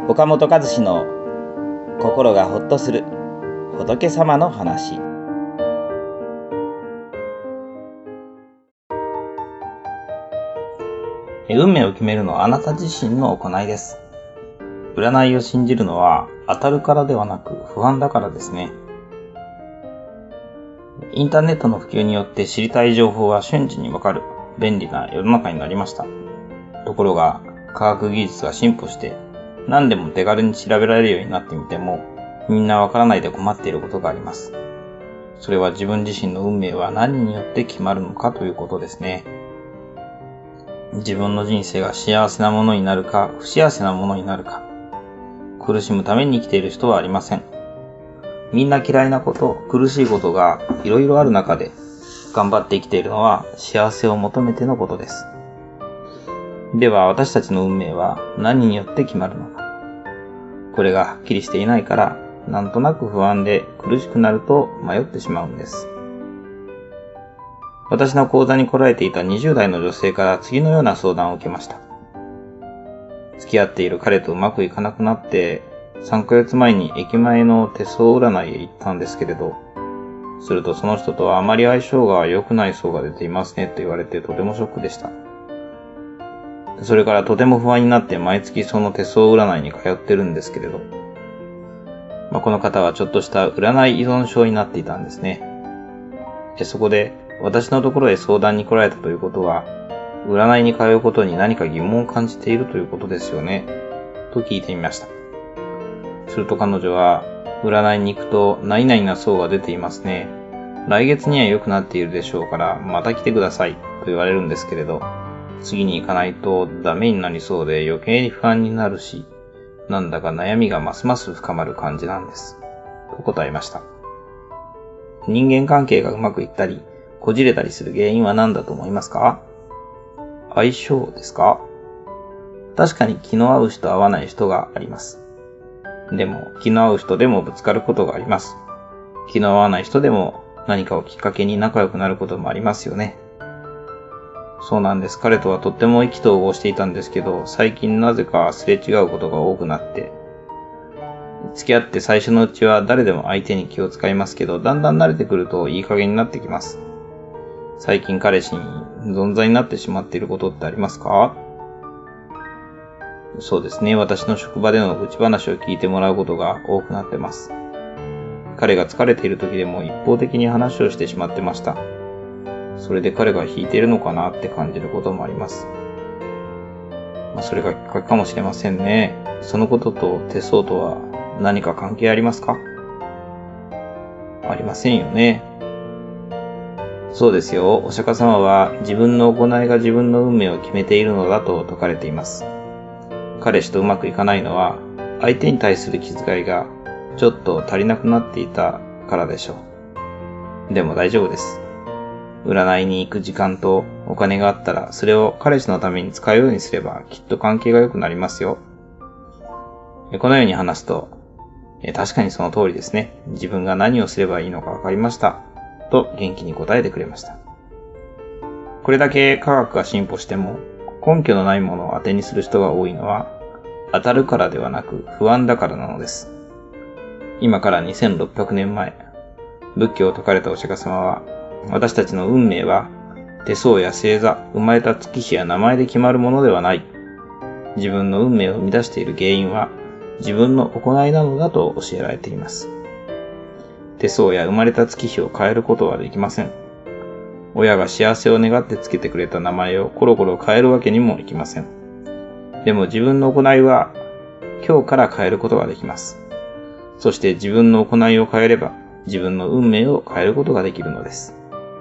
岡本和志の心がほっとする仏様の話。運命を決めるのはあなた自身の行いです。占いを信じるのは当たるからではなく不安だからですね。インターネットの普及によって知りたい情報は瞬時にわかる便利な世の中になりました。ところが科学技術が進歩して何でも手軽に調べられるようになってみてもみんなわからないで困っていることがあります。それは自分自身の運命は何によって決まるのかということですね。自分の人生が幸せなものになるか不幸せなものになるか、苦しむために生きている人はありません。みんな嫌いなこと、苦しいことがいろいろある中で頑張って生きているのは幸せを求めてのことです。では私たちの運命は何によって決まるのか。これがはっきりしていないからなんとなく不安で苦しくなると迷ってしまうんです。私の講座に来られていた20代の女性から次のような相談を受けました。付き合っている彼とうまくいかなくなって3ヶ月前に駅前の手相占いへ行ったんですけれど、するとその人とはあまり相性が良くない相が出ていますねと言われてとてもショックでした。それからとても不安になって毎月その手相占いに通ってるんですけれど、この方はちょっとした占い依存症になっていたんですね。そこで私のところへ相談に来られたということは、占いに通うことに何か疑問を感じているということですよね、と聞いてみました。すると彼女は、占いに行くと何々な相が出ていますね。来月には良くなっているでしょうからまた来てくださいと言われるんですけれど、次に行かないとダメになりそうで余計に不安になるし、なんだか悩みがますます深まる感じなんです。と答えました。人間関係がうまくいったり、こじれたりする原因は何だと思いますか？相性ですか？確かに気の合う人合わない人があります。でも気の合う人でもぶつかることがあります。気の合わない人でも何かをきっかけに仲良くなることもありますよね。そうなんです。彼とはとっても意気投合していたんですけど、最近なぜかすれ違うことが多くなって、付き合って最初のうちは誰でも相手に気を使いますけど、だんだん慣れてくるといい加減になってきます。最近彼氏に存在になってしまっていることってありますか？そうですね。私の職場での愚痴話を聞いてもらうことが多くなってます。彼が疲れている時でも一方的に話をしてしまってました。それで彼が引いているのかなって感じることもあります。それがきっかけかもしれませんね。そのことと手相とは何か関係ありますか？ありませんよね。そうですよ。お釈迦様は自分の行いが自分の運命を決めているのだと説かれています。彼氏とうまくいかないのは相手に対する気遣いがちょっと足りなくなっていたからでしょう。でも大丈夫です。占いに行く時間とお金があったらそれを彼氏のために使うようにすればきっと関係が良くなりますよ。このように話すと、確かにその通りですね。自分が何をすればいいのか分かりました。と元気に答えてくれました。これだけ科学が進歩しても根拠のないものを当てにする人が多いのは当たるからではなく不安だからなのです。今から2600年前、仏教を説かれたお釈迦様は、私たちの運命は手相や星座、生まれた月日や名前で決まるものではない。自分の運命を生み出している原因は自分の行いなのだと教えられています。手相や生まれた月日を変えることはできません。親が幸せを願ってつけてくれた名前をコロコロ変えるわけにもいきません。でも自分の行いは今日から変えることができます。そして自分の行いを変えれば自分の運命を変えることができるのです。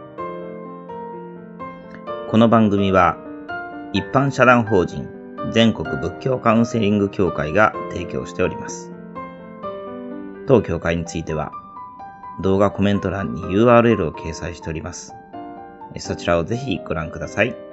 この番組は一般社団法人全国仏教カウンセリング協会が提供しております。当協会については動画コメント欄に URL を掲載しております。そちらをぜひご覧ください。